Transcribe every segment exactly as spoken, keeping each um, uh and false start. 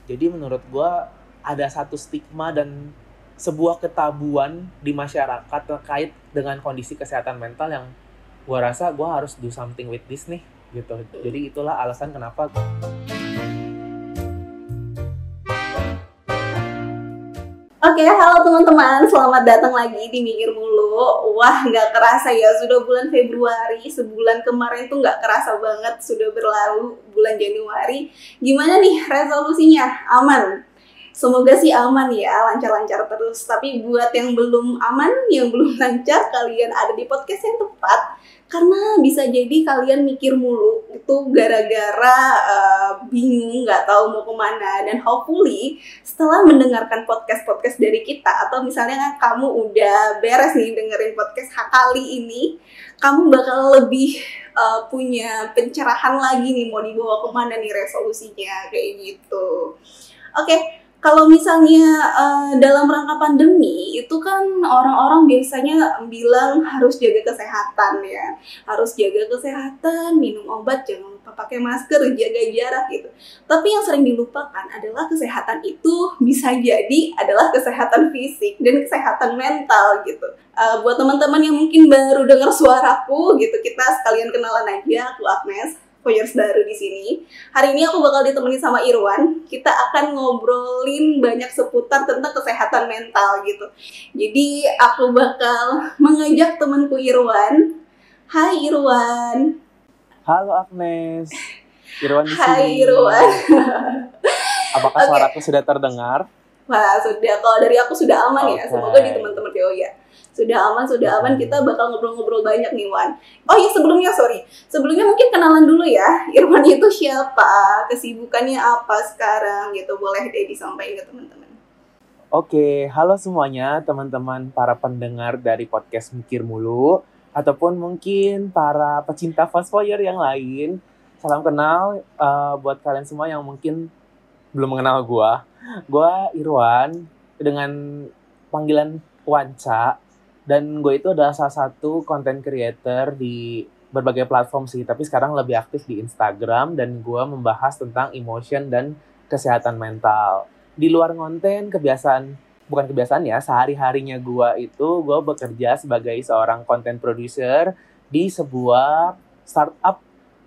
Jadi menurut gue ada satu stigma dan sebuah ketabuan di masyarakat terkait dengan kondisi kesehatan mental yang gue rasa gue harus do something with this nih gitu. Jadi itulah alasan kenapa. Oke, halo teman-teman, selamat datang lagi di Mikir Mulu. Wah, nggak kerasa ya, sudah bulan Februari, sebulan kemarin tuh nggak kerasa banget, sudah berlalu bulan Januari. Gimana nih resolusinya? Aman? Semoga sih aman ya, lancar-lancar terus. Tapi buat yang belum aman, yang belum lancar, kalian ada di podcast yang tepat. Karena bisa jadi kalian mikir mulu itu gara-gara uh, bingung nggak tahu mau kemana. Dan hopefully setelah mendengarkan podcast-podcast dari kita, atau misalnya kamu udah beres nih dengerin podcast kali ini, kamu bakal lebih uh, punya pencerahan lagi nih mau dibawa kemana nih resolusinya kayak gitu. Oke. Okay. Kalau misalnya uh, dalam rangka pandemi, itu kan orang-orang biasanya bilang harus jaga kesehatan ya. Harus jaga kesehatan, minum obat, jangan lupa pakai masker, jaga jarak gitu. Tapi yang sering dilupakan adalah kesehatan itu bisa jadi adalah kesehatan fisik dan kesehatan mental gitu. Uh, buat teman-teman yang mungkin baru dengar suaraku gitu, kita sekalian kenalan aja, aku Agnes. Voyeurs baru di sini. Hari ini aku bakal ditemani sama Irwan. Kita akan ngobrolin banyak seputar tentang kesehatan mental gitu. Jadi aku bakal mengajak temanku Irwan. Hai Irwan. Halo Agnes. Irwan di sini. Hai Irwan. Apakah okay. Suaraku sudah terdengar? Wah, sudah. Kalau dari aku sudah aman okay. ya. Semoga di teman-teman oh ya. Sudah aman, sudah aman, kita bakal ngobrol-ngobrol banyak nih, Wan. Oh iya, sebelumnya, sorry. Sebelumnya mungkin kenalan dulu ya. Irwan itu siapa? Kesibukannya apa sekarang? Gitu, boleh deh disampaikan ke teman-teman. Oke, halo semuanya, teman-teman para pendengar dari podcast Mikir Mulu. Ataupun mungkin para pecinta Fast Foyer yang lain. Salam kenal uh, buat kalian semua yang mungkin belum mengenal gue. Gue Irwan, dengan panggilan Wanca. Dan gue itu adalah salah satu content creator di berbagai platform sih. Tapi sekarang lebih aktif di Instagram. Dan gue membahas tentang emotion dan kesehatan mental. Di luar konten, kebiasaan, bukan kebiasaan ya, sehari-harinya gue itu, gue bekerja sebagai seorang content producer di sebuah startup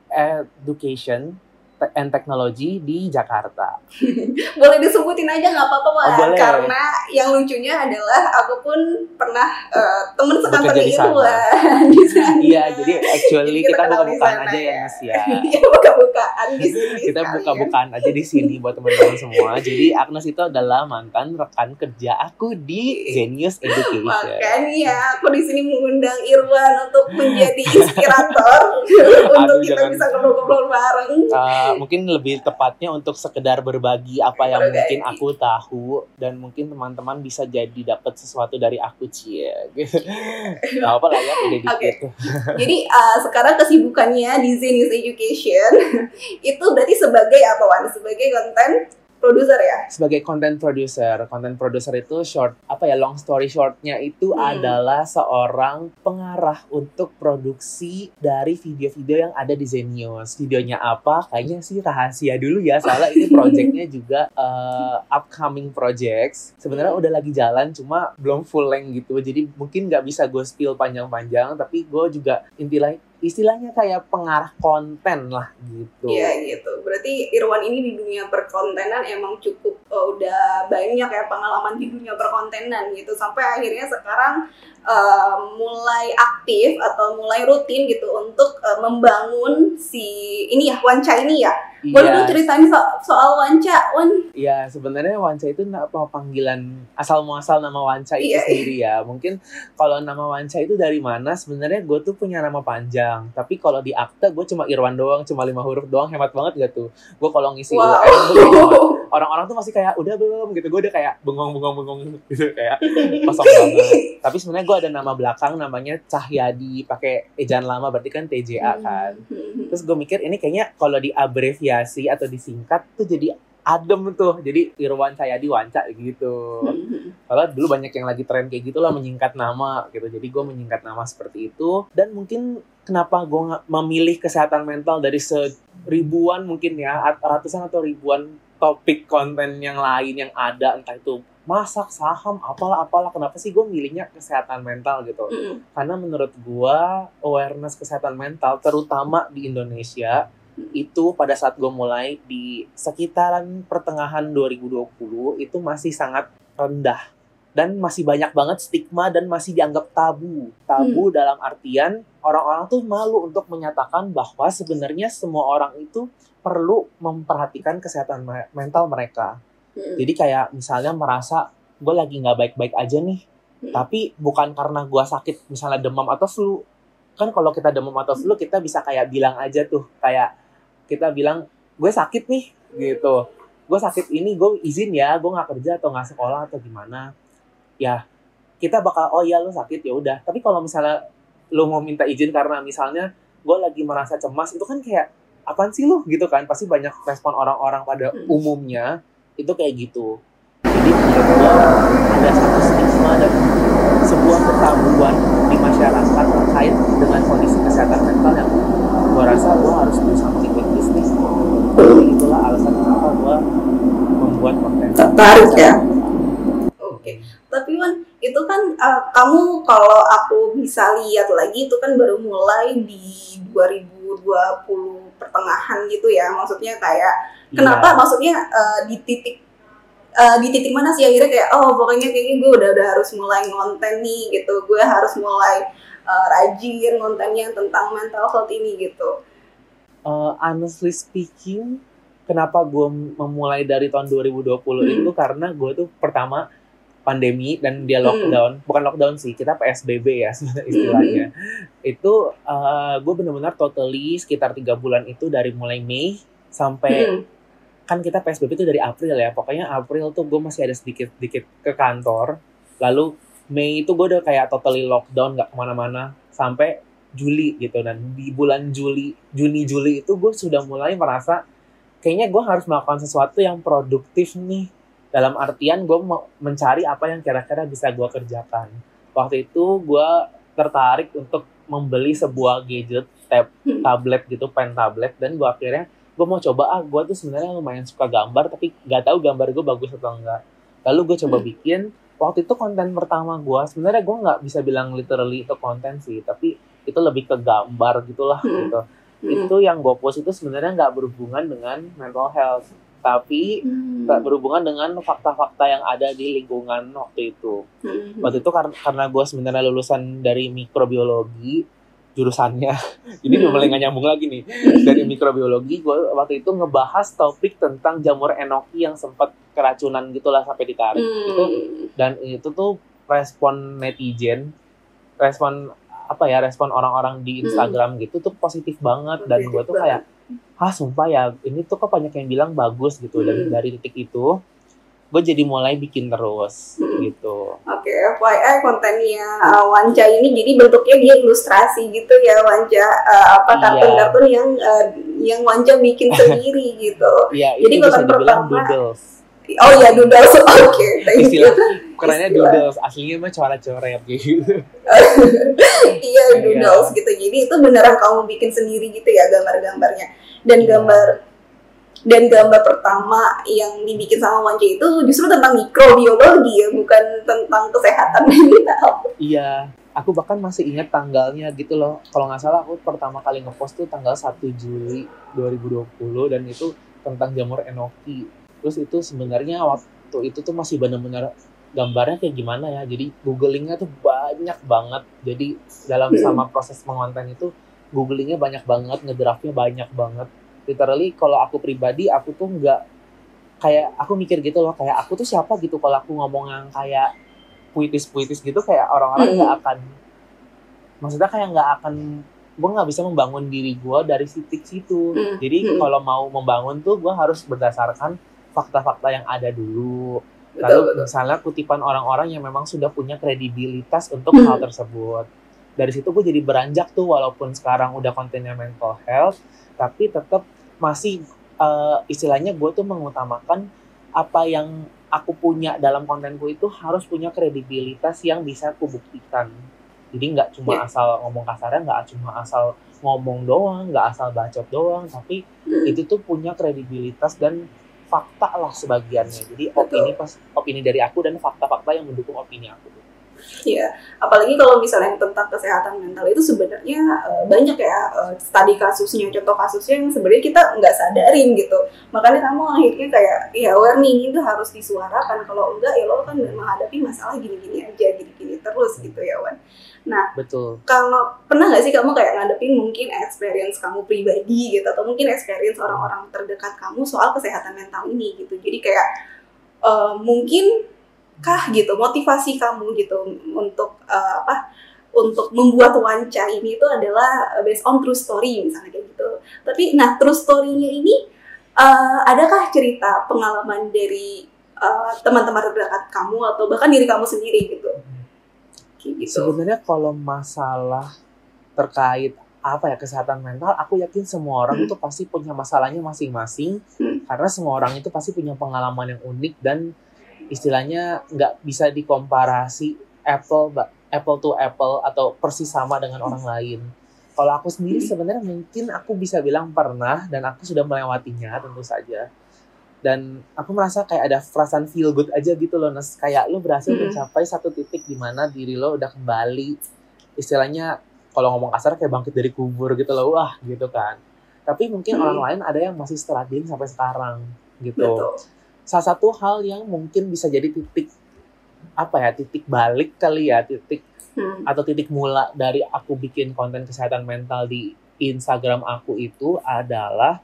education and technology di Jakarta. Boleh disebutin aja nggak apa-apa, Wan. Oh, karena yang lucunya adalah aku pun pernah uh, temen sekantornya Irwan di sana. Iya, jadi actually jadi kita, kita buka-bukaan aja ya, Mas ya. Iya, buka-bukaan di sini. Kita buka-bukaan aja di sini buat teman-teman semua. Jadi Agnes itu adalah mantan rekan kerja aku di Zenius Education. Makanya aku di sini mengundang Irwan untuk menjadi inspirator untuk kita jangan... bisa ngobrol-ngobrol bareng. Uh, mungkin lebih tepatnya untuk sekedar berbagi apa yang berbagi. Mungkin aku tahu dan mungkin teman-teman bisa jadi dapat sesuatu dari aku cie gitu. Gak apa lah ya, udah dikit. Okay. Jadi uh, sekarang kesibukannya di Zenius Education itu berarti sebagai apa, Wan? Sebagai konten producer ya? Sebagai content producer. Content producer itu short, apa ya, long story short-nya itu hmm. adalah seorang pengarah untuk produksi dari video-video yang ada di Zenius. Videonya apa? Kayaknya sih rahasia dulu ya, soalnya ini project-nya juga uh, upcoming projects. Sebenarnya hmm. udah lagi jalan, cuma belum full length gitu. Jadi mungkin nggak bisa gue spill panjang-panjang, tapi gue juga intinya istilahnya kayak pengarah konten lah gitu. Iya gitu. Berarti Irwan ini di dunia perkontenan emang cukup uh, udah banyak ya pengalaman di dunia perkontenan gitu. Sampai akhirnya sekarang uh, mulai aktif atau mulai rutin gitu untuk uh, membangun si ini ya, Wanca ini ya. Iya. Boleh dong ceritain so- soal Wanca, Wan? Iya, sebenarnya Wanca itu apa panggilan asal muasal nama Wanca itu iya, sendiri ya. Mungkin kalau nama Wanca itu dari mana? Sebenarnya gue tuh punya nama panjang, tapi kalau di akta gue cuma Irwan doang, cuma lima huruf doang, hemat banget gak tuh? Gue kalau ngisi wow. U M, orang-orang tuh masih kayak udah belum gitu. Gue udah kayak bengong-bengong-bengong gitu kayak kosong banget. Tapi sebenarnya gue ada nama belakang namanya Cahyadi, pakai ejaan lama berarti kan T J A kan. Terus gue mikir ini kayaknya kalau diabreviasi atau disingkat tuh jadi adem tuh, jadi Irwan Cahyadi Wanca gitu. Kalau dulu banyak yang lagi tren kayak gitu lah, menyingkat nama gitu. Jadi gue menyingkat nama seperti itu. Dan mungkin kenapa gue memilih kesehatan mental dari seribuan mungkin ya, ratusan atau ribuan topik konten yang lain yang ada, entah itu masak, saham, apalah-apalah. Kenapa sih gue milihnya kesehatan mental gitu? Mm-mm. Karena menurut gue awareness kesehatan mental, terutama di Indonesia, itu pada saat gue mulai di sekitaran pertengahan dua ribu dua puluh itu masih sangat rendah. Dan masih banyak banget stigma dan masih dianggap tabu. Tabu Hmm. dalam artian orang-orang tuh malu untuk menyatakan bahwa sebenarnya semua orang itu perlu memperhatikan kesehatan me- mental mereka. Mm-mm. Jadi kayak misalnya merasa gue lagi nggak baik-baik aja nih, Mm-mm. tapi bukan karena gue sakit misalnya demam atau flu. Kan kalau kita demam atau flu kita bisa kayak bilang aja tuh, kayak kita bilang gue sakit nih gitu, gue sakit ini, gue izin ya, gue nggak kerja atau nggak sekolah atau gimana. Ya kita bakal oh ya lu sakit ya udah. Tapi kalau misalnya lu mau minta izin karena misalnya gue lagi merasa cemas, itu kan kayak apaan sih lu gitu kan, pasti banyak respon orang-orang pada Hmm. umumnya itu kayak gitu. Jadi menurut gue ada satu stigma dan sebuah ketabuan di masyarakat terkait dengan kondisi kesehatan mental yang gue rasa gue harus berusaha mengikuti bisnis. Jadi itulah alasan kenapa gue membuat konten. Tertarik ya. Oke, tapi Wan, itu kan uh, kamu kalau aku bisa lihat lagi itu kan baru mulai di dua ribu dua puluh pertengahan gitu ya. Maksudnya kayak kenapa? Iya. Maksudnya uh, di titik uh, di titik mana sih akhirnya kayak oh pokoknya kayaknya gue udah udah harus mulai ngonten nih gitu. Gue harus mulai uh, rajin kontennya tentang mental health ini gitu. Uh, honestly speaking, kenapa gue memulai dari tahun dua ribu dua puluh Hmm. itu karena gue tuh pertama pandemi dan dia lockdown, bukan lockdown sih, kita P S B B ya sebenarnya istilahnya. Itu uh, gue benar-benar totally sekitar tiga bulan itu dari mulai Mei sampai Hmm. kan kita P S B B itu dari April ya, pokoknya April tuh gue masih ada sedikit-sedikit ke kantor, lalu Mei itu gue udah kayak totally lockdown, gak kemana-mana sampai Juli gitu. Dan di bulan Juli, Juni Juli itu gue sudah mulai merasa kayaknya gue harus melakukan sesuatu yang produktif nih, dalam artian gue mau mencari apa yang kira-kira bisa gue kerjakan. Waktu itu gue tertarik untuk membeli sebuah gadget tab, tablet gitu, pen tablet, dan gue akhirnya gue mau coba, ah gue tuh sebenarnya lumayan suka gambar tapi nggak tahu gambar gue bagus atau enggak. Lalu gue coba bikin. Waktu itu konten pertama gue, sebenarnya gue nggak bisa bilang literally itu konten sih, tapi itu lebih ke gambar gitulah gitu. Itu yang gue post itu sebenarnya nggak berhubungan dengan mental health, tapi nggak berhubungan dengan fakta-fakta yang ada di lingkungan waktu itu. Waktu itu karena, karena gue sebenarnya lulusan dari mikrobiologi jurusannya, jadi udah mulai nggak nyambung lagi nih. Dari mikrobiologi, gue waktu itu ngebahas topik tentang jamur enoki yang sempat keracunan gitulah sampai ditarik. Itu dan itu tuh respon netizen, respon apa ya, respon orang-orang di Instagram gitu tuh positif banget. Dan gue tuh kayak, ah sumpah ya, ini tuh kok banyak yang bilang bagus gitu. Dan dari titik itu gue jadi mulai bikin terus gitu. Oke, F Y I kontennya uh, Wanca ini jadi bentuknya dia ilustrasi gitu ya Wanca, uh, apa kartun-kartun yang uh, yang Wanca bikin sendiri gitu. Iya, jadi itu bisa dibilang pertama, doodles. Oh ya doodles, oke. Okay, istilah kerennya doodles, aslinya mah coret-coret gitu. Iya doodles gitu. Jadi itu beneran kamu bikin sendiri gitu ya gambar-gambarnya. Dan Iya. gambar dan gambar pertama yang dibikin sama Wanca itu justru tentang mikrobiologi ya, bukan tentang kesehatan mental. Iya, aku bahkan masih ingat tanggalnya gitu loh. Kalau nggak salah aku pertama kali ngepost tuh tanggal satu Juli dua ribu dua puluh, dan itu tentang jamur enoki. Terus itu sebenarnya waktu itu tuh masih benar-benar gambarnya kayak gimana ya. Jadi googlingnya tuh banyak banget. Jadi dalam sama proses mengonten itu googlingnya banyak banget, ngedraftnya banyak banget. Literally kalau aku pribadi, aku tuh nggak kayak, aku mikir gitu loh, kayak aku tuh siapa gitu kalau aku ngomong yang kayak puitis-puitis gitu, kayak orang-orang nggak mm. akan, maksudnya kayak nggak akan, gue nggak bisa membangun diri gue dari titik situ. Mm. Jadi mm. kalau mau membangun tuh gue harus berdasarkan fakta-fakta yang ada dulu. Betul, lalu betul. Misalnya kutipan orang-orang yang memang sudah punya kredibilitas untuk mm. hal tersebut. Dari situ gue jadi beranjak tuh, walaupun sekarang udah kontennya mental health, tapi tetap masih uh, istilahnya gue tuh mengutamakan apa yang aku punya dalam kontenku itu harus punya kredibilitas yang bisa aku buktikan. Jadi nggak cuma yeah. asal ngomong kasarnya, nggak cuma asal ngomong doang, nggak asal bacot doang, tapi mm. itu tuh punya kredibilitas dan fakta lah sebagiannya. Jadi Betul. opini pas opini dari aku dan fakta-fakta yang mendukung opini aku. Iya, apalagi kalau misalnya tentang kesehatan mental itu sebenarnya uh, banyak ya uh, studi kasusnya, contoh kasusnya yang sebenarnya kita nggak sadarin gitu. Makanya kamu akhirnya kayak, ya aware nih, ini tuh harus disuarakan. Kalau enggak, ya lo kan menghadapi masalah gini-gini aja, gini-gini terus gitu ya, Wan. Nah, betul. Kalau pernah nggak sih kamu kayak ngadepin mungkin experience kamu pribadi gitu, atau mungkin experience orang-orang terdekat kamu soal kesehatan mental ini gitu. Jadi kayak uh, mungkin kah gitu motivasi kamu gitu untuk uh, apa untuk membuat Wanca ini itu adalah based on true story misalnya kayak gitu. Tapi nah true story-nya ini uh, adakah cerita pengalaman dari uh, teman-teman terdekat kamu atau bahkan diri kamu sendiri gitu? Gitu. Sebenarnya kalau masalah terkait apa ya kesehatan mental, aku yakin semua orang hmm. itu pasti punya masalahnya masing-masing, hmm. karena semua orang itu pasti punya pengalaman yang unik dan istilahnya nggak bisa dikomparasi apple apple to apple atau persis sama dengan orang lain. Kalau aku sendiri sebenarnya mungkin aku bisa bilang pernah dan aku sudah melewatinya tentu saja. Dan aku merasa kayak ada perasaan feel good aja gitu loh, Nes. Kayak lo berhasil hmm. mencapai satu titik di mana diri lo udah kembali, istilahnya kalau ngomong kasar kayak bangkit dari kubur gitu loh, wah gitu kan. Tapi mungkin hmm. orang lain ada yang masih struggling sampai sekarang gitu. Betul. Salah satu hal yang mungkin bisa jadi titik apa ya titik balik kali ya titik hmm. atau titik mula dari aku bikin konten kesehatan mental di Instagram aku itu adalah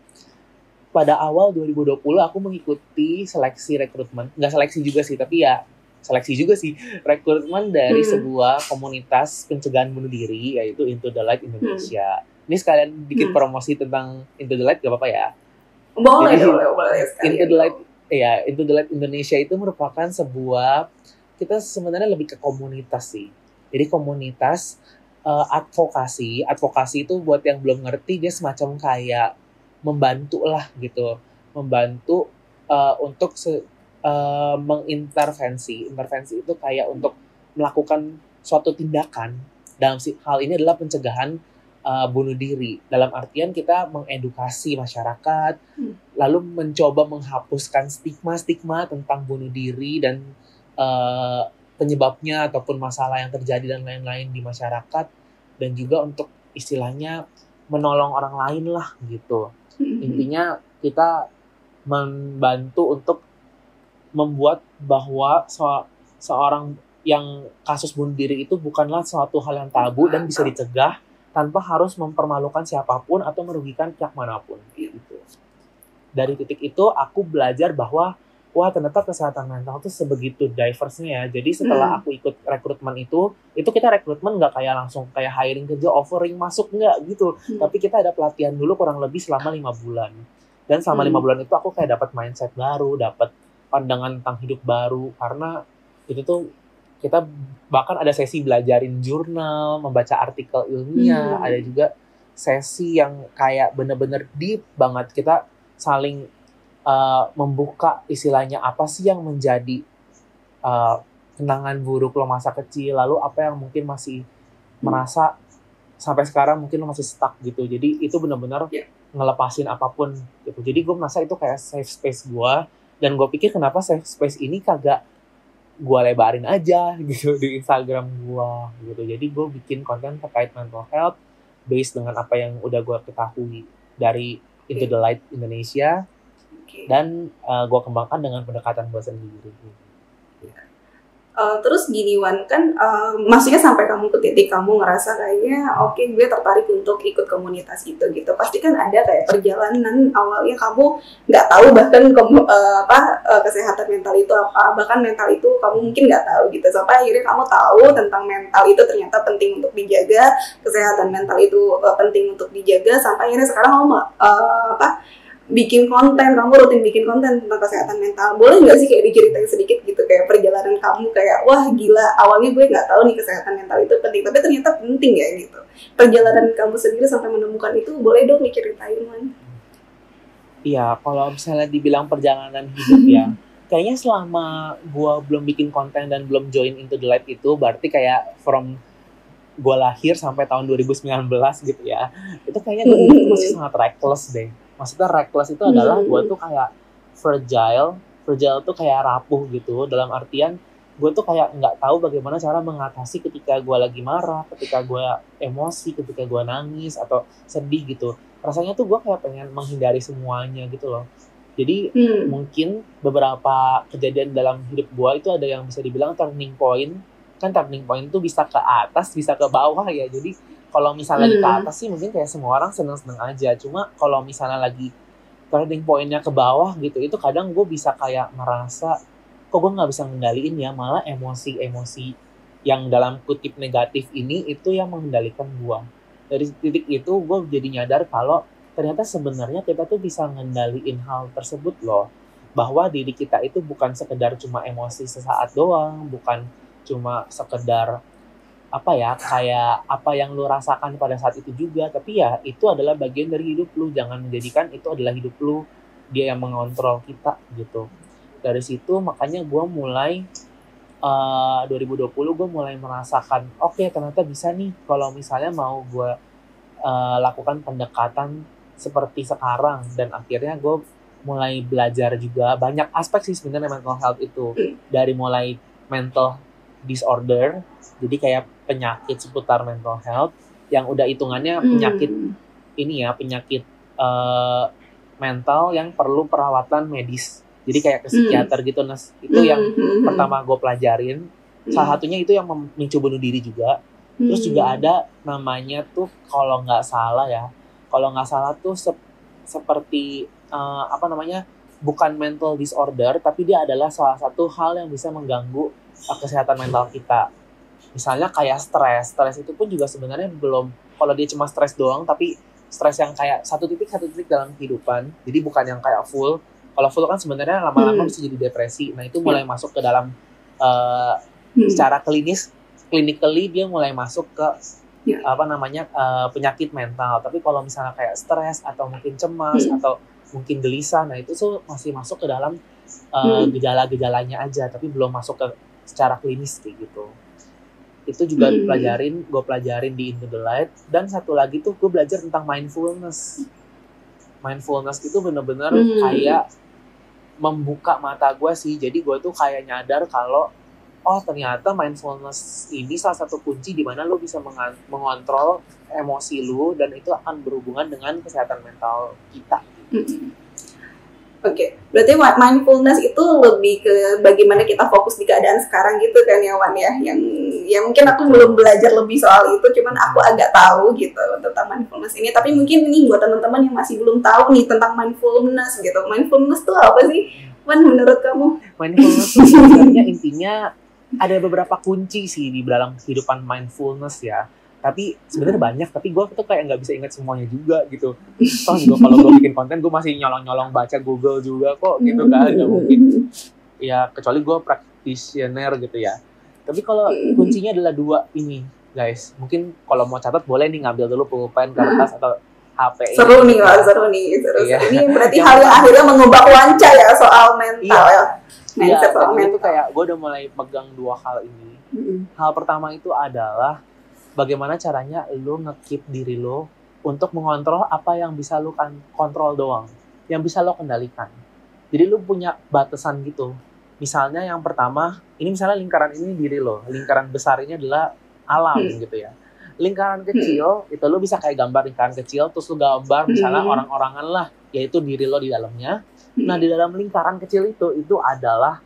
pada awal dua ribu dua puluh aku mengikuti seleksi rekrutmen, nggak seleksi juga sih tapi ya seleksi juga sih rekrutmen dari hmm. sebuah komunitas pencegahan bunuh diri yaitu Into the Light Indonesia. Hmm. Ini sekalian bikin hmm. promosi tentang Into the Light, gak apa-apa ya? Boleh, Jadi, boleh, boleh sekalian. Into the Light Ya, Into the Light Indonesia itu merupakan sebuah, kita sebenarnya lebih ke komunitas sih. Jadi komunitas uh, advokasi. Advokasi itu buat yang belum ngerti, dia semacam kayak membantu lah gitu. Membantu uh, untuk se, uh, mengintervensi. Intervensi itu kayak untuk melakukan suatu tindakan. Dalam hal ini adalah pencegahan Uh, bunuh diri. Dalam artian kita mengedukasi masyarakat, hmm. lalu mencoba menghapuskan stigma-stigma tentang bunuh diri dan uh, penyebabnya ataupun masalah yang terjadi dan lain-lain di masyarakat, dan juga untuk istilahnya menolong orang lain lah gitu. Hmm. Intinya kita membantu untuk membuat bahwa so- seorang yang kasus bunuh diri itu bukanlah suatu hal yang tabu dan bisa dicegah tanpa harus mempermalukan siapapun atau merugikan pihak manapun. Gitu. Dari titik itu aku belajar bahwa wah ternyata kesehatan mental tuh sebegitu diverse-nya ya. Jadi setelah hmm. aku ikut rekrutmen itu, itu kita rekrutmen nggak kayak langsung kayak hiring kerja, offering masuk nggak gitu. Hmm. Tapi kita ada pelatihan dulu kurang lebih selama lima bulan. Dan selama hmm. lima bulan itu aku kayak dapat mindset baru, dapat pandangan tentang hidup baru. Karena itu tuh kita bahkan ada sesi belajarin jurnal, membaca artikel ilmiah, hmm. ada juga sesi yang kayak bener-bener deep banget. Kita saling uh, membuka istilahnya apa sih yang menjadi uh, kenangan buruk lo masa kecil, lalu apa yang mungkin masih hmm. merasa sampai sekarang mungkin lo masih stuck gitu. Jadi itu benar-benar yeah. ngelepasin apapun gitu. Jadi gue merasa itu kayak safe space gue, dan gue pikir kenapa safe space ini kagak gue lebarin aja gitu di Instagram gue gitu. Jadi gue bikin konten terkait mental health based dengan apa yang udah gue ketahui dari Into the Light Indonesia, okay. dan uh, gue kembangkan dengan pendekatan gue sendiri. Uh, terus gini Wan, kan uh, maksudnya sampai kamu ke titik kamu ngerasa kayaknya oke okay, gue tertarik untuk ikut komunitas itu gitu. Pasti kan ada kayak perjalanan awalnya kamu nggak tahu bahkan komu, uh, apa uh, kesehatan mental itu apa, bahkan mental itu kamu mungkin nggak tahu gitu. Sampai akhirnya kamu tahu tentang mental itu ternyata penting untuk dijaga, kesehatan mental itu uh, penting untuk dijaga. Sampai akhirnya sekarang kamu uh, apa bikin konten, kamu rutin bikin konten tentang kesehatan mental. Boleh nggak sih kayak diceritain sedikit gitu kayak perjalanan kamu kayak wah gila awalnya gue nggak tahu nih kesehatan mental itu penting tapi ternyata penting ya gitu. Perjalanan kamu sendiri sampai menemukan itu boleh dong diceritain Man? Iya, kalau misalnya dibilang perjalanan hidup ya, kayaknya selama gue belum bikin konten dan belum join Into the Light itu berarti kayak from gue lahir sampai tahun dua ribu sembilan belas gitu ya, itu kayaknya gue masih sangat reckless deh. Maksudnya reckless itu adalah hmm. gue tuh kayak fragile. Fragile tuh kayak rapuh gitu, dalam artian gue tuh kayak nggak tahu bagaimana cara mengatasi ketika gue lagi marah, ketika gue emosi, ketika gue nangis atau sedih gitu. Rasanya tuh gue kayak pengen menghindari semuanya gitu loh. Jadi Hmm. mungkin beberapa kejadian dalam hidup gue itu ada yang bisa dibilang turning point. Kan turning point tuh bisa ke atas, bisa ke bawah ya. Jadi kalau misalnya lagi ke Hmm. atas sih mungkin kayak semua orang seneng-seneng aja. Cuma kalau misalnya lagi turning point-nya ke bawah gitu, itu kadang gue bisa kayak ngerasa kok gue nggak bisa ngendaliin ya, malah emosi-emosi yang dalam kutip negatif ini itu yang mengendalikan gue. Dari titik itu gue jadi nyadar kalau ternyata sebenarnya kita tuh bisa ngendaliin hal tersebut loh, bahwa diri kita itu bukan sekedar cuma emosi sesaat doang, bukan cuma sekedar apa ya, kayak apa yang lu rasakan pada saat itu juga, tapi ya itu adalah bagian dari hidup lu. Jangan menjadikan itu adalah hidup lu, dia yang mengontrol kita gitu. Dari situ makanya gue mulai uh, dua ribu dua puluh gue mulai merasakan oke okay, ternyata bisa nih kalau misalnya mau gue uh, lakukan pendekatan seperti sekarang. Dan akhirnya gue mulai belajar juga banyak aspek sih sebenarnya mental health itu, dari mulai mental disorder, jadi kayak penyakit seputar mental health yang udah hitungannya penyakit Hmm. ini ya, penyakit uh, mental yang perlu perawatan medis. Jadi kayak ke psikiater hmm. gitu, Nes. Itu hmm. yang pertama gue pelajarin. Hmm. Salah satunya itu yang memicu bunuh diri juga. Hmm. Terus juga ada namanya tuh kalau nggak salah ya, kalau nggak salah tuh sep- seperti uh, apa namanya, bukan mental disorder, tapi dia adalah salah satu hal yang bisa mengganggu uh, kesehatan mental kita. Misalnya kayak stres. Stres itu pun juga sebenarnya belum, kalau dia cuma stres doang, tapi stres yang kayak satu titik satu titik dalam kehidupan. Jadi bukan yang kayak full. Kalau full kan sebenarnya lama-lama hmm. bisa jadi depresi. Nah itu mulai masuk ke dalam uh, hmm. secara klinis, clinically dia mulai masuk ke yeah. apa namanya uh, penyakit mental. Tapi kalau misalnya kayak stres atau mungkin cemas hmm. atau mungkin gelisah, nah itu tuh masih masuk ke dalam uh, hmm. gejala-gejalanya aja, tapi belum masuk ke secara klinis kayak gitu. Itu juga hmm. pelajarin, gue pelajarin di Into the Light. Dan satu lagi tuh gue belajar tentang mindfulness. Mindfulness itu benar-benar hmm. kayak membuka mata gue sih. Jadi gue tuh kayak nyadar kalau oh ternyata mindfulness ini salah satu kunci di mana lo bisa meng- mengontrol emosi lo, dan itu akan berhubungan dengan kesehatan mental kita. Hmm. Oke, okay. Berarti mindfulness itu lebih ke bagaimana kita fokus di keadaan sekarang gitu kan ya, Wan ya? Yang ya mungkin aku belum belajar lebih soal itu, cuman aku agak tahu gitu tentang mindfulness ini. Tapi mungkin ini buat teman-teman yang masih belum tahu nih tentang mindfulness gitu. Mindfulness itu apa sih, Wan, menurut kamu? Mindfulness itu sebenarnya intinya ada beberapa kunci sih di dalam kehidupan mindfulness ya. Tapi sebenarnya hmm. banyak, tapi gue tuh kayak nggak bisa ingat semuanya juga gitu. Toh juga kalau gue bikin konten gue masih nyolong-nyolong baca Google juga kok gitu kan, nggak mungkin. Ya kecuali gue practitioner gitu ya. Tapi kalau kuncinya adalah dua ini guys. Mungkin kalau mau catat boleh nih ngambil dulu pulpen, kertas atau H P. Seru nih, Wak, seru nih, seru. Iya. Ini berarti hal yang akhirnya mengubah wanca ya soal mental iya. ya. Iya, tadi itu kayak gue udah mulai pegang dua hal ini. Mm-hmm. Hal pertama itu adalah bagaimana caranya lo nge-keep diri lo untuk mengontrol apa yang bisa lo kan kontrol doang, yang bisa lo kendalikan. Jadi lo punya batasan gitu. Misalnya yang pertama, ini misalnya lingkaran ini diri lo, lingkaran besar ini adalah alam hmm. gitu ya. Lingkaran kecil, hmm. itu lo bisa kayak gambar lingkaran kecil, terus lo gambar misalnya hmm. orang-orangan lah, yaitu diri lo di dalamnya. Hmm. Nah di dalam lingkaran kecil itu, itu adalah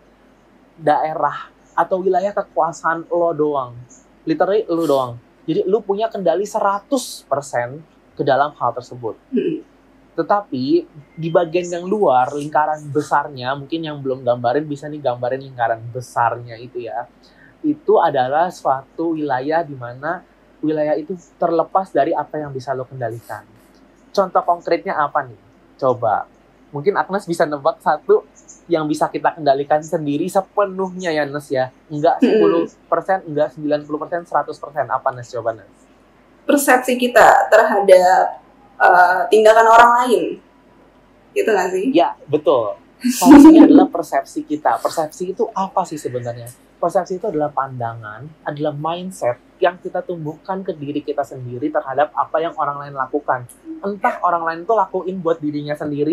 daerah atau wilayah kekuasaan lo doang. Literally lo doang. Jadi lu punya kendali seratus persen ke dalam hal tersebut. Hmm. Tetapi di bagian yang luar, lingkaran besarnya, mungkin yang belum gambarin bisa nih gambarin lingkaran besarnya itu ya. Itu adalah suatu wilayah di mana wilayah itu terlepas dari apa yang bisa lo kendalikan. Contoh konkretnya apa nih? Coba. Mungkin Agnes bisa nebak satu yang bisa kita kendalikan sendiri sepenuhnya ya, Nes ya. Enggak sepuluh persen, enggak sembilan puluh persen, seratus persen. Apa, Nes? Coba, Nes. Persepsi kita terhadap uh, tindakan orang lain. Gitu nggak sih? Ya, betul. Solusinya adalah persepsi kita. Persepsi itu apa sih sebenarnya? Persepsi itu adalah pandangan, adalah mindset yang kita tumbuhkan ke diri kita sendiri terhadap apa yang orang lain lakukan. Entah orang lain itu lakuin buat dirinya sendiri,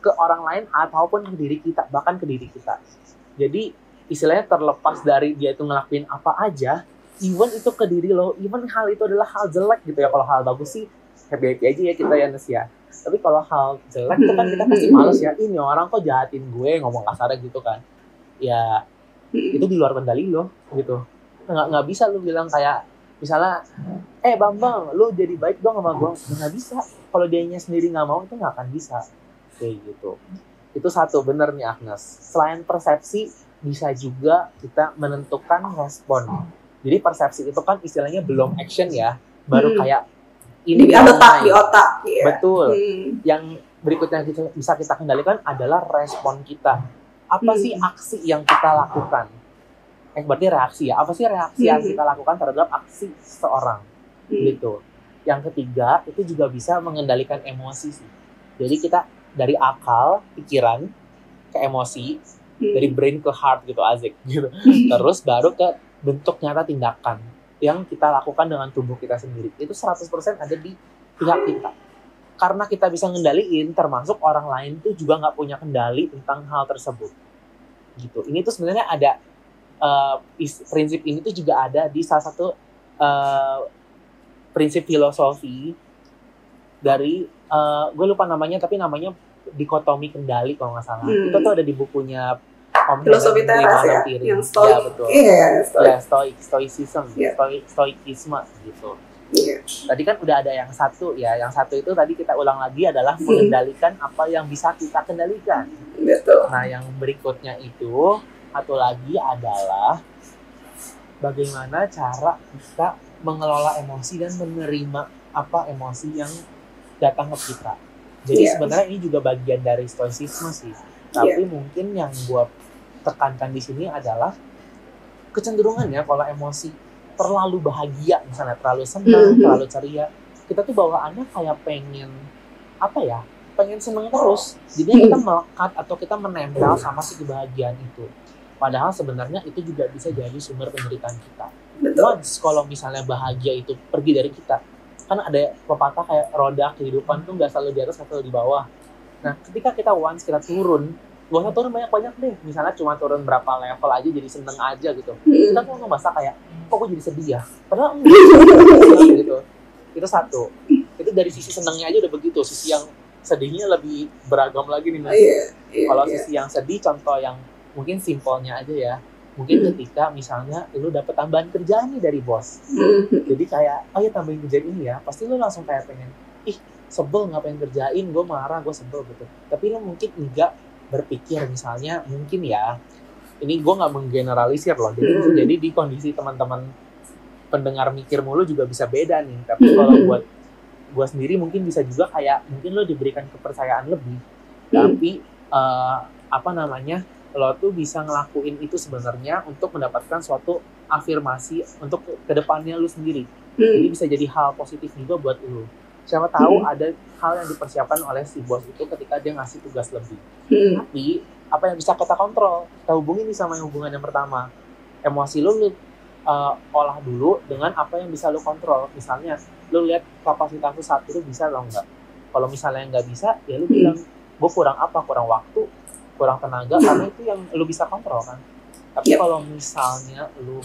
ke orang lain ataupun ke diri kita, bahkan ke diri kita. Jadi istilahnya terlepas dari dia itu ngelakuin apa aja, even itu ke diri lo, even hal itu adalah hal jelek gitu ya. Kalau hal bagus sih happy-happy aja ya kita ya Nes ya. Tapi kalau hal jelek itu kan kita pasti males ya, ini orang kok jahatin gue, ngomong kasarnya gitu kan. Ya itu di luar kendali lo gitu. Nggak, nggak bisa lo bilang kayak misalnya, eh Bambang, lo jadi baik dong sama gue. Nggak bisa. Kalau dianya sendiri nggak mau, itu nggak akan bisa. Kayak gitu. Itu satu, bener nih Agnes. Selain persepsi, bisa juga kita menentukan respon. Jadi persepsi itu kan istilahnya belum action ya, baru hmm. kayak ini letak di otak. Yeah. Betul. Hmm. Yang berikutnya kita, bisa kita kendalikan adalah respon kita. Apa hmm. sih aksi yang kita lakukan? Eh berarti reaksi ya. Apa sih reaksi hmm. yang kita lakukan terhadap aksi seseorang? Hmm. Gitu. Yang ketiga itu juga bisa mengendalikan emosi sih. Jadi kita dari akal, pikiran ke emosi. Dari brain ke heart gitu, asik gitu. Terus baru ke bentuk nyata tindakan yang kita lakukan dengan tubuh kita sendiri. Itu seratus persen ada di pihak kita. Karena kita bisa ngendaliin, termasuk orang lain tuh juga nggak punya kendali tentang hal tersebut. Gitu. Ini tuh sebenarnya ada uh, is, prinsip ini tuh juga ada di salah satu uh, prinsip filosofi dari uh, gue lupa namanya, tapi namanya dikotomi kendali kalau nggak salah. Hmm. Itu tuh ada di bukunya Om Filosofi Teras ya, Tiri. yang stoik. Ya, betul. Yeah, stoik. Ya, stoik, stoicism, yeah. stoik, stoikisme gitu. Yeah. Tadi kan udah ada yang satu ya, yang satu itu tadi kita ulang lagi adalah hmm. mengendalikan apa yang bisa kita kendalikan. Betul. Nah, yang berikutnya itu satu lagi adalah bagaimana cara kita mengelola emosi dan menerima apa emosi yang datang ke kita. Jadi yeah. sebenarnya ini juga bagian dari stoicisme sih. Tapi yeah. mungkin yang gue tekankan di sini adalah kecenderungannya kalau emosi terlalu bahagia, misalnya terlalu senang, mm-hmm. terlalu ceria, kita tuh bawaannya kayak pengen apa ya? Pengen senang terus. Jadi kita melekat atau kita menempel sama si kebahagiaan itu. Padahal sebenarnya itu juga bisa jadi sumber penderitaan kita. Once kalau misalnya bahagia itu pergi dari kita, kan ada pepatah kayak roda kehidupan tuh nggak selalu di atas, nggak selalu di bawah. Nah, ketika kita once kita turun, gak usah turun banyak-banyak deh. Misalnya cuma turun berapa level aja jadi seneng aja gitu. Kita tuh ngebasa kayak, kok gue jadi sedih ya? Padahal enggak gitu. Itu satu. Itu dari sisi senengnya aja udah begitu. Sisi yang sedihnya lebih beragam lagi nih. Mas. Yeah, yeah, Kalau yeah. sisi yang sedih, contoh yang mungkin simpelnya aja ya. Mungkin ketika misalnya lu dapet tambahan kerjaan nih dari bos. Jadi kayak, oh ya tambahin kerjaan ini ya. Pasti lu langsung kayak pengen, ih sebel ngapain kerjain, gue marah, gue sebel gitu. Tapi lu mungkin enggak berpikir misalnya, mungkin ya, ini gue nggak menggeneralisir loh. Jadi, hmm. jadi di kondisi teman-teman pendengar mikir mulu juga bisa beda nih. Tapi hmm. kalau buat gue sendiri mungkin bisa juga kayak, mungkin lo diberikan kepercayaan lebih. Hmm. Tapi uh, apa namanya, lo tuh bisa ngelakuin itu sebenarnya untuk mendapatkan suatu afirmasi untuk kedepannya lo sendiri. Hmm. Jadi bisa jadi hal positif juga buat lo. Siapa tahu hmm. ada hal yang dipersiapkan oleh si bos itu ketika dia ngasih tugas lebih. Hmm. Tapi apa yang bisa kita kontrol? Kita hubungin nih sama yang hubungan yang pertama. Emosi lu, lu uh, olah dulu dengan apa yang bisa lu kontrol. Misalnya lu lihat kapasitas lu saat itu bisa atau enggak. Kalau misalnya nggak bisa, ya lu bilang gue kurang apa? Kurang waktu, kurang tenaga. Karena itu yang lu bisa kontrol kan. Tapi yep. kalau misalnya lu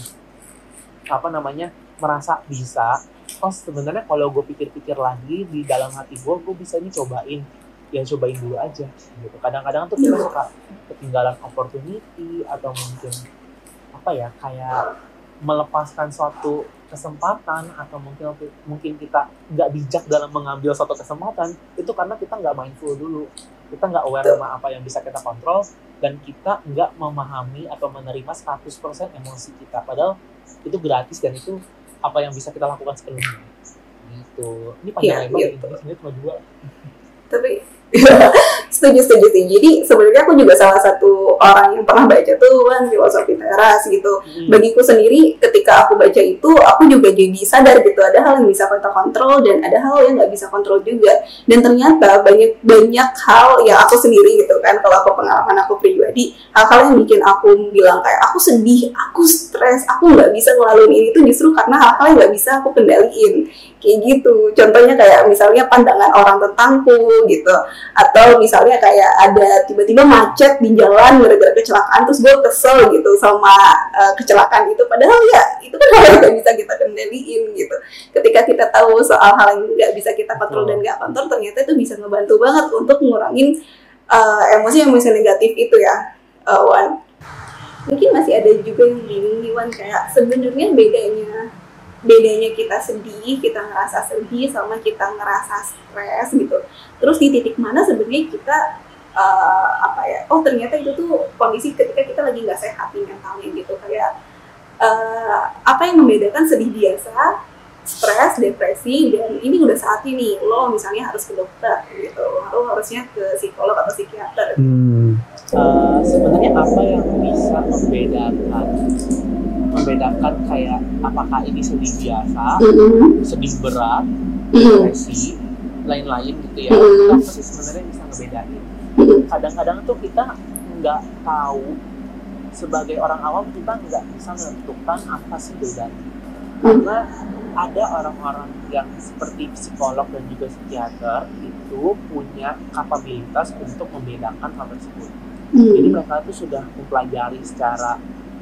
apa namanya merasa bisa, oh sebenarnya kalau gue pikir-pikir lagi di dalam hati gue, gue bisa nih cobain, ya cobain dulu aja gitu. Kadang-kadang tuh kita suka ketinggalan opportunity atau mungkin apa ya, kayak melepaskan suatu kesempatan atau mungkin mungkin kita nggak bijak dalam mengambil suatu kesempatan itu karena kita nggak mindful dulu, kita nggak aware sama apa yang bisa kita kontrol dan kita nggak memahami atau menerima seratus persen emosi kita, padahal itu gratis dan itu apa yang bisa kita lakukan sepenuhnya gitu. Ini panjang lebar ya, ini sebenarnya cuma dua. Tapi setuju setuju sih. Jadi sebenarnya aku juga salah satu orang yang pernah baca tuh kan Filosofi Teras gitu. Hmm. Bagiku sendiri ketika aku baca itu aku juga jadi sadar gitu ada hal yang bisa kita kontrol dan ada hal yang nggak bisa kontrol juga. Dan ternyata banyak banyak hal yang aku sendiri gitu kan, kalau aku pengalaman aku pribadi, hal-hal yang bikin aku bilang kayak aku sedih, aku stres, aku nggak bisa ngelaluin ini tuh justru karena hal-hal yang nggak bisa aku kendaliin. kayak gitu. Contohnya kayak misalnya pandangan orang tentangku gitu, atau misalnya kayak ada tiba-tiba macet di jalan gara-gara kecelakaan, terus gue kesel gitu sama uh, kecelakaan itu, padahal ya itu kan hal yang nggak bisa kita kendaliin gitu. Ketika kita tahu soal hal yang nggak bisa kita kontrol dan nggak kontrol, ternyata itu bisa ngebantu banget untuk ngurangin uh, emosi-emosi negatif itu ya, uh, Wan. Mungkin masih ada juga yang bingung nih, Wan, kayak sebenarnya bedanya bedanya kita sedih, kita ngerasa sedih sama kita ngerasa stres gitu. Terus di titik mana sebenarnya kita uh, apa ya? Oh ternyata itu tuh kondisi ketika kita lagi nggak sehat nih mentalnya gitu. Kayak uh, apa yang membedakan sedih biasa, stres, depresi, dan ini udah saat ini lo misalnya harus ke dokter gitu, lo harusnya ke psikolog atau psikiater. Hmm. Uh, sebenarnya apa yang bisa membedakan membedakan kayak apakah ini sedih biasa, mm-hmm. sedih berat, depresi, mm-hmm. lain-lain gitu ya, mm-hmm. apa sih sebenarnya bisa ngebedain? Mm-hmm. Kadang-kadang tuh kita nggak tahu, sebagai orang awam kita nggak bisa menentukan apa sih bedanya, mm-hmm. karena ada orang-orang yang seperti psikolog dan juga psikiater itu punya kapabilitas untuk membedakan hal tersebut. Hmm. Jadi mereka itu sudah mempelajari secara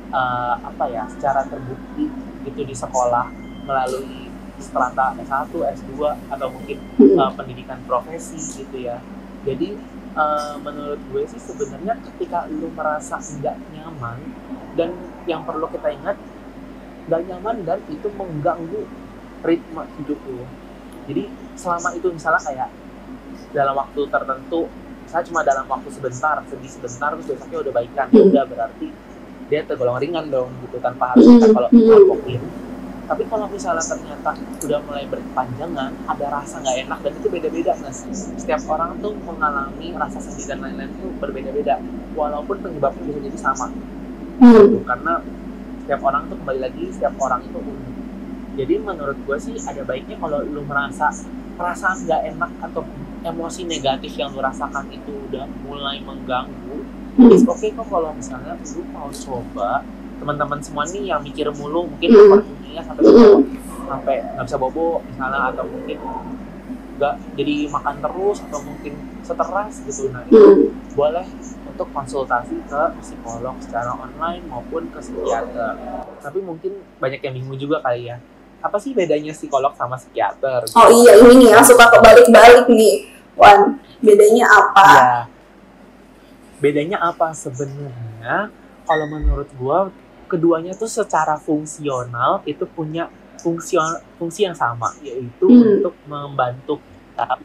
uh, apa ya, secara terbukti gitu di sekolah melalui strata S satu, S dua atau mungkin uh, pendidikan profesi gitu ya. Jadi uh, menurut gue sih sebenarnya ketika lu merasa nggak nyaman, dan yang perlu kita ingat, nggak nyaman dan itu mengganggu ritme hidup lu. Jadi selama itu misalnya kayak dalam waktu tertentu, saya cuma dalam waktu sebentar, sedih sebentar, terus besoknya udah baikan, ya udah berarti dia tergolong ringan dong gitu, tanpa harus kita kalau ngelakuin. Tapi kalau misalnya ternyata udah mulai berkepanjangan, ada rasa nggak enak, dan itu beda-beda Nas. Setiap orang tuh mengalami rasa sedih dan lain-lain itu berbeda-beda, walaupun penyebabnya bisa jadi sama. Gitu. Karena setiap orang tuh kembali lagi, setiap orang itu unik. Jadi menurut gue sih ada baiknya kalau lu merasa perasaan nggak enak atau emosi negatif yang lu rasakan itu udah mulai mengganggu, hmm. it's okay kok kalau misalnya lu mau coba. Teman-teman semua nih yang mikir mulu, mungkin overthinkingnya sampai hmm. sampai nggak bisa bobo misalnya, atau mungkin nggak jadi makan terus, atau mungkin stres gitu, nah itu hmm. boleh untuk konsultasi ke psikolog secara online maupun ke psikiater. Tapi mungkin banyak yang bingung juga kali ya, apa sih bedanya psikolog sama psikiater? Gitu. Oh iya, ini nih yang suka kebalik-balik nih, Wan. Bedanya apa? Ya, bedanya apa sebenarnya? Kalau menurut gua, keduanya tuh secara fungsional itu punya fungsi fungsi yang sama, yaitu hmm. untuk membantu kita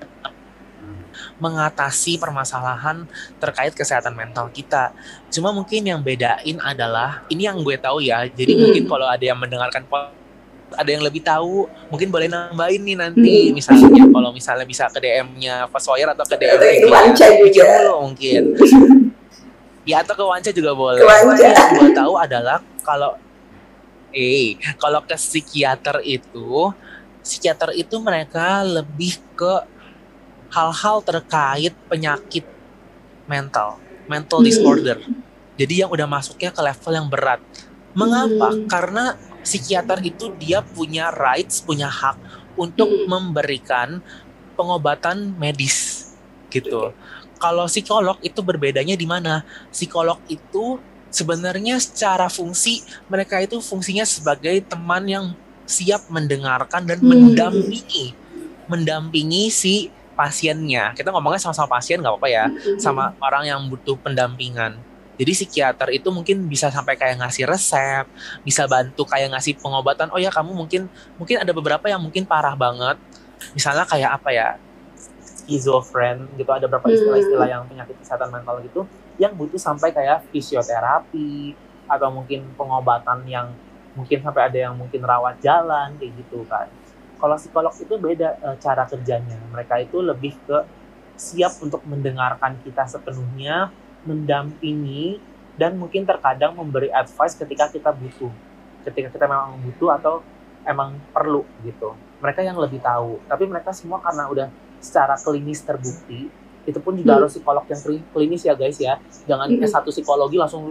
mengatasi permasalahan terkait kesehatan mental kita. Cuma mungkin yang bedain adalah, ini yang gue tahu ya, jadi hmm. mungkin kalau ada yang mendengarkan ada yang lebih tahu, mungkin boleh nambahin nih nanti, hmm. misalnya kalau misalnya bisa ke D M-nya Fosfoyer atau ke D M-nya Wanca juga mungkin ya, atau ke Wanca juga boleh. Wanca. Yang gue tahu adalah kalau eh kalau ke psikiater itu psikiater itu mereka lebih ke hal-hal terkait penyakit mental mental hmm. disorder, jadi yang udah masuknya ke level yang berat. Mengapa? Hmm. Karena psikiater itu dia punya rights, punya hak untuk hmm. memberikan pengobatan medis gitu. Kalau psikolog itu berbedanya di mana? Psikolog itu sebenarnya secara fungsi mereka itu fungsinya sebagai teman yang siap mendengarkan dan hmm. mendampingi, mendampingi si pasiennya. Kita ngomongnya sama-sama pasien nggak apa-apa ya, hmm. sama orang yang butuh pendampingan. Jadi psikiater itu mungkin bisa sampai kayak ngasih resep, bisa bantu kayak ngasih pengobatan. Oh ya, kamu mungkin mungkin ada beberapa yang mungkin parah banget. Misalnya kayak apa ya, schizofren gitu, ada beberapa istilah-istilah yang penyakit kesehatan mental gitu yang butuh sampai kayak fisioterapi atau mungkin pengobatan yang mungkin sampai ada yang mungkin rawat jalan kayak gitu kan. Kalau psikolog itu beda e, cara kerjanya. Mereka itu lebih ke siap untuk mendengarkan kita sepenuhnya, mendampingi, dan mungkin terkadang memberi advice ketika kita butuh, ketika kita memang butuh atau emang perlu gitu. Mereka yang lebih tahu. Tapi mereka semua karena udah secara klinis terbukti, itu pun juga hmm. harus psikolog yang klinis ya guys ya. Jangan hmm. S satu psikologi langsung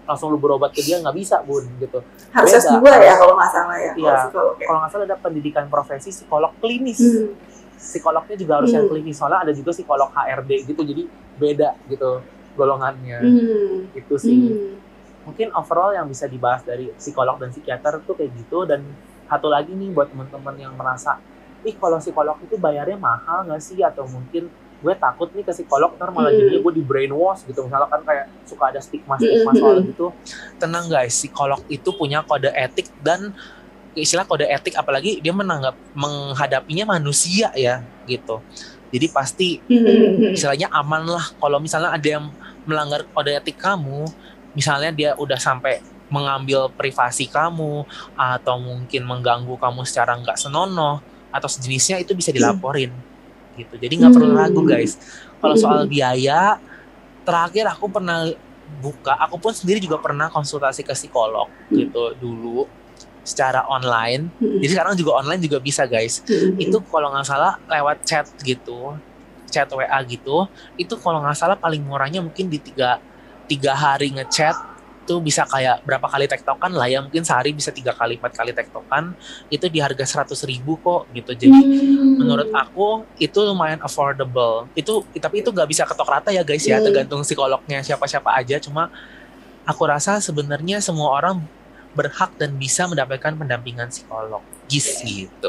langsung lu berobat ke dia, nggak bisa bun gitu. Harus S dua ya kalau nggak salah ya. Iya, kalau ya. Kalau nggak salah ada pendidikan profesi psikolog klinis. Hmm. Psikolognya juga harus hmm. yang klinis, soalnya ada juga psikolog H R D gitu, jadi beda gitu golongannya. Hmm. Itu sih. Hmm. Mungkin overall yang bisa dibahas dari psikolog dan psikiater tuh kayak gitu. Dan satu lagi nih buat teman-teman yang merasa, ih kalau psikolog itu bayarnya mahal nggak sih, atau mungkin gue takut nih ke psikolog ntar malah jadinya gue di brainwash gitu, misalnya kan kayak suka ada stigma-stigma soal gitu. Tenang guys, psikolog itu punya kode etik, dan istilah kode etik apalagi dia menanggap menghadapinya manusia ya gitu. Jadi pasti istilahnya aman lah kalau misalnya ada yang melanggar kode etik kamu, misalnya dia udah sampai mengambil privasi kamu atau mungkin mengganggu kamu secara nggak senonoh atau sejenisnya, itu bisa dilaporin gitu. Jadi nggak perlu ragu guys. Kalau soal biaya, terakhir aku pernah buka, aku pun sendiri juga pernah konsultasi ke psikolog gitu dulu secara online. Jadi sekarang juga online juga bisa guys. Itu kalau nggak salah lewat chat gitu, chat W A gitu. Itu kalau nggak salah paling murahnya mungkin di tiga tiga hari ngechat itu bisa kayak berapa kali tektokan lah ya, mungkin sehari bisa tiga kali empat kali tektokan, itu di harga seratus ribu kok gitu. Jadi hmm. menurut aku itu lumayan affordable. Itu tapi itu nggak bisa ketok rata ya guys ya, tergantung psikolognya siapa-siapa aja. Cuma aku rasa sebenarnya semua orang berhak dan bisa mendapatkan pendampingan psikolog gitu.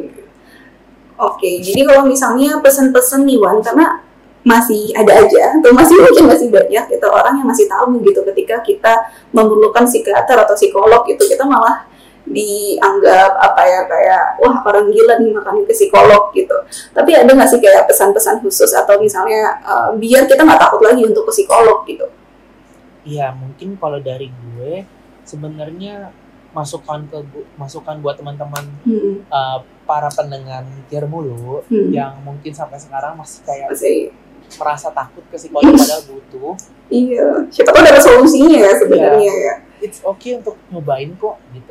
Oke, jadi kalau misalnya pesen-pesen nih Wan, karena masih ada aja, atau masih mungkin masih banyak gitu orang yang masih tabu gitu ketika kita memerlukan psikiater atau psikolog gitu, kita malah dianggap apa ya, kayak wah orang gila nih makanya ke psikolog gitu. Tapi ada nggak sih kayak pesan-pesan khusus atau misalnya uh, biar kita nggak takut lagi untuk ke psikolog gitu? Iya, mungkin kalau dari gue sebenarnya masukan ke masukan buat teman-teman hmm. uh, para pendengar Mikir Mulu hmm. yang mungkin sampai sekarang masih kayak masih merasa takut ke psikolog padahal butuh. Iya, siapa tahu ada solusinya ya sebenarnya ya. It's okay untuk nyobain kok gitu.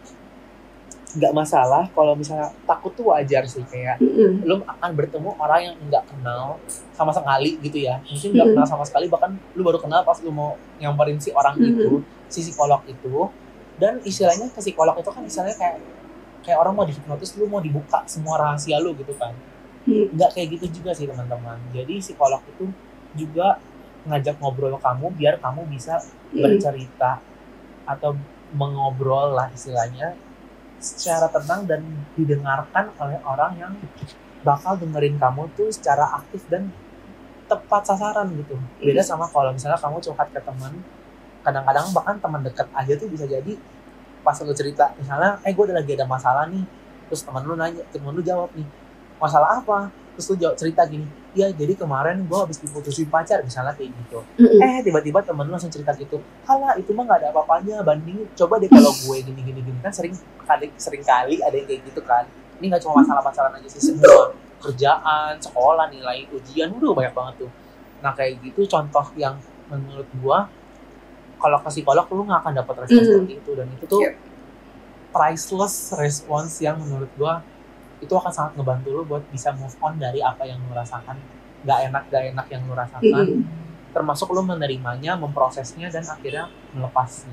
Nggak masalah kalau misalnya takut tuh wajar sih, kayak mm-hmm. lu akan bertemu orang yang nggak kenal sama sekali gitu ya. Mungkin nggak mm-hmm. kenal sama sekali, bahkan lu baru kenal pas lu mau nyamperin si orang mm-hmm. itu, si psikolog itu. Dan istilahnya ke psikolog itu kan istilahnya kayak kayak orang mau dihipnotis, lu mau dibuka semua rahasia lu gitu kan. Nggak kayak gitu juga sih teman-teman. Jadi psikolog itu juga ngajak ngobrol kamu biar kamu bisa bercerita atau mengobrol lah istilahnya secara tenang dan didengarkan oleh orang yang bakal dengerin kamu tuh secara aktif dan tepat sasaran gitu. Beda sama kalau misalnya kamu curhat ke teman, kadang-kadang bahkan teman dekat aja tuh bisa jadi pas lu cerita misalnya, eh gue udah lagi ada masalah nih, terus teman lu nanya, teman lu jawab nih, masalah apa? Terus lu jawab cerita gini, ya jadi kemarin gue habis diputusin pacar misalnya kayak gitu. Mm-hmm. Eh tiba-tiba temen lu langsung cerita gitu, halah itu mah gak ada apa-apanya, bandingin coba deh kalau gue gini-gini-gini. Kan sering kali sering kali ada yang kayak gitu kan. Ini gak cuma masalah-masalah aja sih, semua kerjaan, sekolah, nilai ujian, udah banyak banget tuh. Nah kayak gitu contoh yang menurut gue kalau ke psikolog lu gak akan dapat respon mm-hmm. seperti itu. Dan itu tuh yeah. priceless response yang menurut gue itu akan sangat ngebantu lo buat bisa move on dari apa yang lo rasakan, gak enak gak enak yang lo rasakan, mm-hmm. termasuk lo menerimanya, memprosesnya, dan akhirnya melepasnya.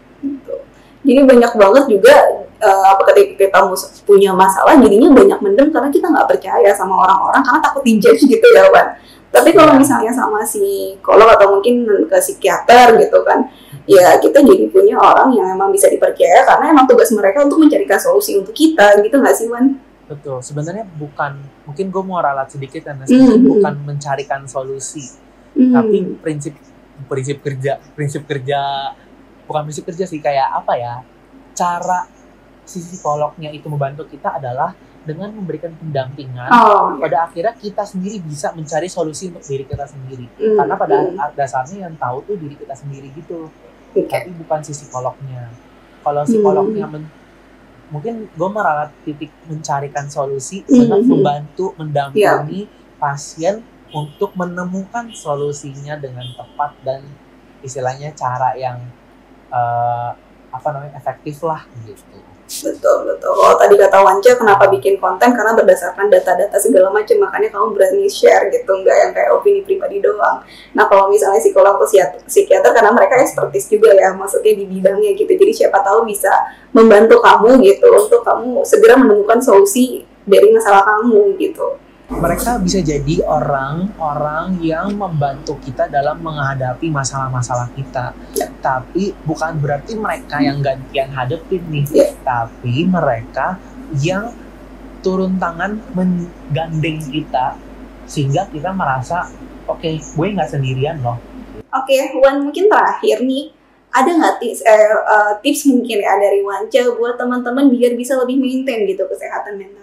Jadi banyak banget juga uh, ketika kita punya masalah jadinya banyak mendem karena kita nggak percaya sama orang-orang karena takut dijudge gitu ya Wan. Tapi kalau misalnya sama psikolog atau mungkin ke psikiater gitu kan, ya kita jadi punya orang yang memang bisa dipercaya karena emang tugas mereka untuk mencarikan solusi untuk kita gitu nggak sih Wan? Betul, sebenarnya bukan, mungkin gue mau ralat sedikit karena mm-hmm. bukan mencarikan solusi, mm-hmm. tapi prinsip prinsip kerja, prinsip kerja, bukan prinsip kerja sih, kayak apa ya, cara si psikolognya itu membantu kita adalah dengan memberikan pendampingan, oh, pada akhirnya kita sendiri bisa mencari solusi untuk diri kita sendiri, mm-hmm. karena pada dasarnya yang tahu tuh diri kita sendiri gitu, okay. tapi bukan si psikolognya. Kalau psikolognya mm-hmm. men- mungkin gue meralat titik mencarikan solusi mm-hmm. dengan membantu mendampingi yeah. pasien untuk menemukan solusinya dengan tepat dan istilahnya cara yang uh, apa namanya efektif lah gitu. Betul, betul. Kalau tadi kata Wanca, kenapa bikin konten? Karena berdasarkan data-data segala macam, makanya kamu berani share gitu, nggak yang kayak opini pribadi doang. Nah, kalau misalnya psikolog atau psikiater, karena mereka ekspertis juga ya, maksudnya di bidangnya gitu. Jadi siapa tahu bisa membantu kamu gitu, untuk kamu segera menemukan solusi dari masalah kamu gitu. Mereka bisa jadi orang-orang yang membantu kita dalam menghadapi masalah-masalah kita. Ya. Tapi bukan berarti mereka yang gantian hadepin nih. Ya. Tapi mereka yang turun tangan menggandeng kita sehingga kita merasa oke, okay, gue nggak sendirian loh. Oke, okay, Wan, mungkin terakhir nih, ada nggak tips, eh, uh, tips mungkin ya dari Wanca buat teman-teman biar bisa lebih maintain gitu kesehatan mentalnya?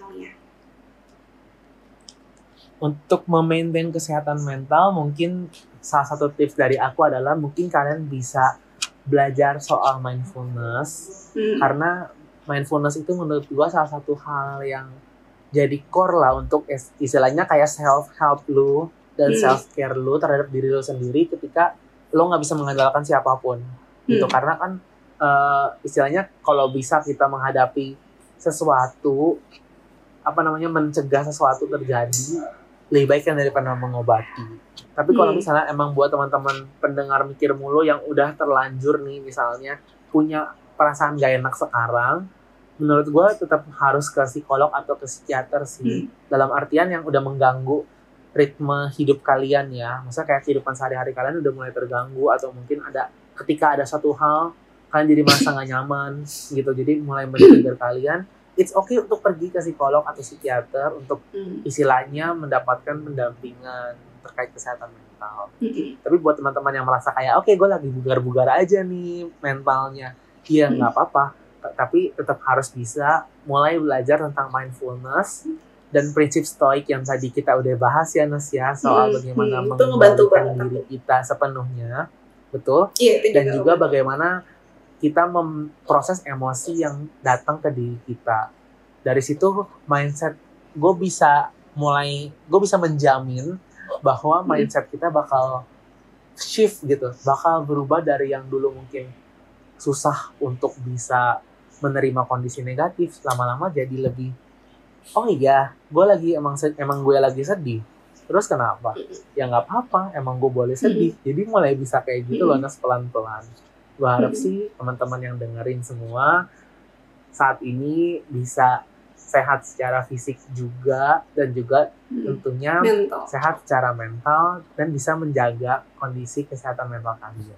Untuk memaintain kesehatan mental, mungkin salah satu tips dari aku adalah mungkin kalian bisa belajar soal mindfulness. Hmm. Karena mindfulness itu menurut gue salah satu hal yang jadi core lah untuk istilahnya kayak self-help lu dan hmm. self-care lu terhadap diri lu sendiri ketika lu gak bisa mengandalkan siapapun. Hmm. Gitu. Karena kan uh, istilahnya kalau bisa kita menghadapi sesuatu, apa namanya, mencegah sesuatu terjadi, lebih baik kan daripada mengobati. Tapi kalau misalnya emang buat teman-teman pendengar mikir mulu yang udah terlanjur nih misalnya punya perasaan gak enak sekarang, menurut gue tetap harus ke psikolog atau ke psikiater sih. Hmm. Dalam artian yang udah mengganggu ritme hidup kalian ya. Maksudnya kayak kehidupan sehari-hari kalian udah mulai terganggu, atau mungkin ada ketika ada satu hal kalian jadi merasa gak nyaman gitu. Jadi mulai men-trigger kalian. It's okay untuk pergi ke psikolog atau psikiater untuk hmm. istilahnya mendapatkan pendampingan terkait kesehatan mental. Hmm. Tapi buat teman-teman yang merasa kayak oke, okay, gue lagi bugar-bugar aja nih mentalnya, iya nggak hmm. apa-apa. Tapi tetap harus bisa mulai belajar tentang mindfulness dan prinsip stoik yang tadi kita udah bahas ya Nes ya, soal hmm. bagaimana hmm. mengendalikan diri kita sepenuhnya, betul. Iya, dan juga betul. Bagaimana kita memproses emosi yang datang ke diri kita. Dari situ mindset gue bisa mulai, gue bisa menjamin bahwa mindset kita bakal shift gitu, bakal berubah dari yang dulu mungkin susah untuk bisa menerima kondisi negatif, lama-lama jadi lebih, oh iya, gue lagi emang emang gue lagi sedih. Terus kenapa? Ya nggak apa-apa, emang gue boleh sedih. Jadi mulai bisa kayak gitu loh, Nas, pelan-pelan. Gue harap sih teman-teman yang dengerin semua saat ini bisa sehat secara fisik juga, dan juga tentunya mental. Sehat secara mental, dan bisa menjaga kondisi kesehatan mental kalian.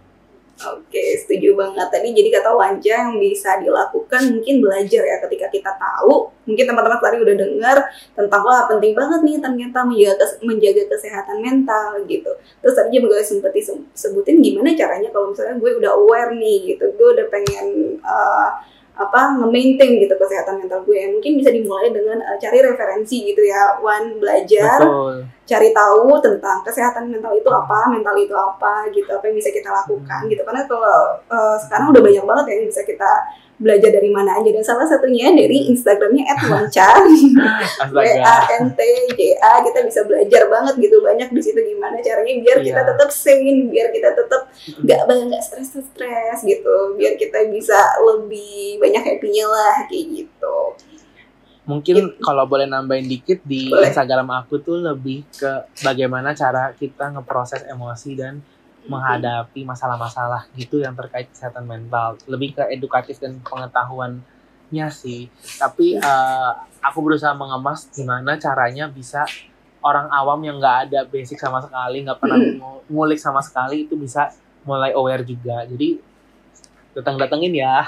Oke, setuju banget. Tadi jadi kata Wanca yang bisa dilakukan mungkin belajar ya, ketika kita tahu, mungkin teman-teman tadi udah dengar tentang wah penting banget nih ternyata menjaga, menjaga kesehatan mental gitu. Terus tadi juga sempat disebutin gimana caranya kalau misalnya gue udah aware nih gitu, gue udah pengen uh, apa nge-maintain gitu kesehatan mental gue. Mungkin bisa dimulai dengan uh, cari referensi gitu ya, Wan, belajar. Betul. Cari tahu tentang kesehatan mental itu apa, mental itu apa gitu, apa yang bisa kita lakukan gitu. Karena kalau uh, sekarang udah banyak banget ya yang bisa kita belajar dari mana aja, dan salah satunya dari Instagramnya et wanca w a n t j a. Kita bisa belajar banget gitu, banyak di situ gimana caranya biar yeah. kita tetap sane, biar kita tetap nggak banget nggak stres-stres gitu, biar kita bisa lebih banyak happy-nya lah kayak gitu. Mungkin gitu. Kalau boleh nambahin dikit di boleh. Instagram aku tuh lebih ke bagaimana cara kita ngeproses emosi dan menghadapi masalah-masalah gitu yang terkait kesehatan mental, lebih ke edukatif dan pengetahuannya sih. Tapi uh, aku berusaha mengemas gimana caranya bisa orang awam yang nggak ada basic sama sekali, nggak pernah ngulik sama sekali, itu bisa mulai aware juga. Jadi datang-datengin ya.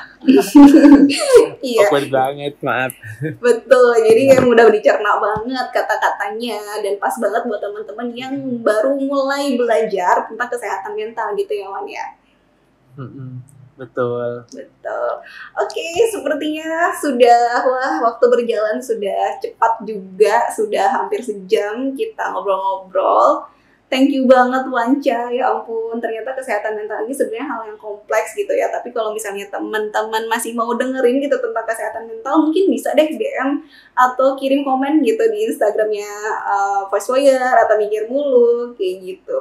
Iya. Awkward banget, maaf. Betul, jadi yang udah dicerna banget kata-katanya, dan pas banget buat teman-teman yang baru mulai belajar tentang kesehatan mental gitu ya, Wan ya. Mm-mm, betul. Betul. Oke, sepertinya sudah, wah waktu berjalan sudah cepat juga, sudah hampir sejam kita ngobrol-ngobrol. Thank you banget Wanca, ya ampun, ternyata kesehatan mental ini sebenarnya hal yang kompleks gitu ya. Tapi kalau misalnya teman-teman masih mau dengerin gitu tentang kesehatan mental, mungkin bisa deh D M atau kirim komen gitu di Instagramnya uh, Voice Warrior atau Mikir Mulu kayak gitu.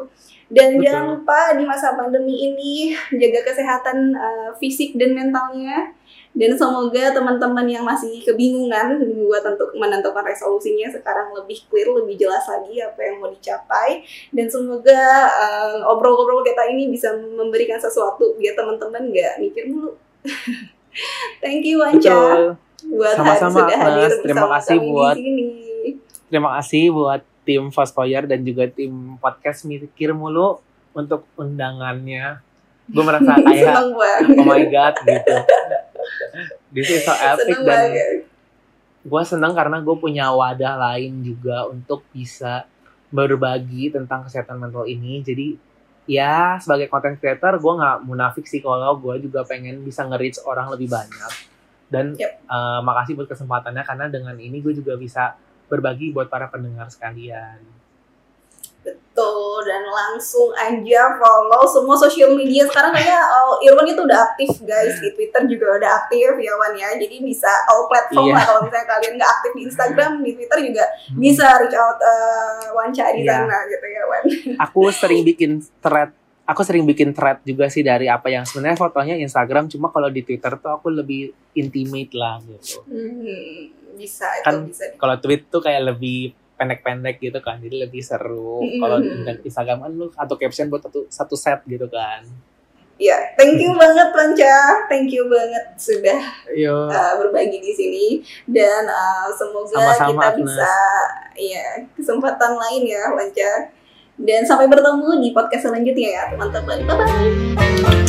Dan Betul. jangan lupa di masa pandemi ini jaga kesehatan uh, fisik dan mentalnya. Dan semoga teman-teman yang masih kebingungan buat untuk menentukan resolusinya sekarang lebih clear, lebih jelas lagi apa yang mau dicapai. Dan semoga uh, obrol-obrol kita ini bisa memberikan sesuatu biar teman-teman nggak mikir mulu. Thank you Wanca. Betul. Buat Sama-sama, sudah hadir Agnes. Terima bersama kasih kami buat- di sini. Terima kasih buat tim Fosfoyer dan juga tim podcast Mikir Mulu untuk undangannya. Gue merasa kayak Seneng banget. oh my god gitu. This is so epic. Seneng Dan banget. gue senang karena gue punya wadah lain juga untuk bisa berbagi tentang kesehatan mental ini. Jadi ya sebagai content creator gue nggak munafik sih kalau gue juga pengen bisa nge-reach orang lebih banyak. Dan Yep. uh, makasih buat kesempatannya karena dengan ini gue juga bisa berbagi buat para pendengar sekalian. Betul, dan langsung aja follow semua sosial media. Sekarang kayaknya oh, Irwan itu udah aktif guys, di Twitter juga udah aktif ya Wan ya. Jadi bisa all platform Iya. lah kalau misalnya kalian nggak aktif di Instagram, di Twitter juga bisa reach out uh, Wanca di Iya. sana gitu ya Wan. Aku sering bikin thread, aku sering bikin thread juga sih dari apa yang sebenarnya fotonya Instagram, cuma kalau di Twitter tuh aku lebih intimate lah gitu. Hmm, bisa itu Kan bisa. Kalau tweet tuh kayak lebih pendek-pendek gitu kan, jadi lebih seru. Mm-mm. Kalau di Instagram kan lu atau caption buat satu satu set gitu kan. Ya, thank you banget Wanca, thank you banget sudah Yo. uh, berbagi di sini dan uh, semoga Sama-sama, kita Agnes. bisa ya kesempatan lain ya Wanca. Dan sampai bertemu di podcast selanjutnya ya teman-teman. Bye bye.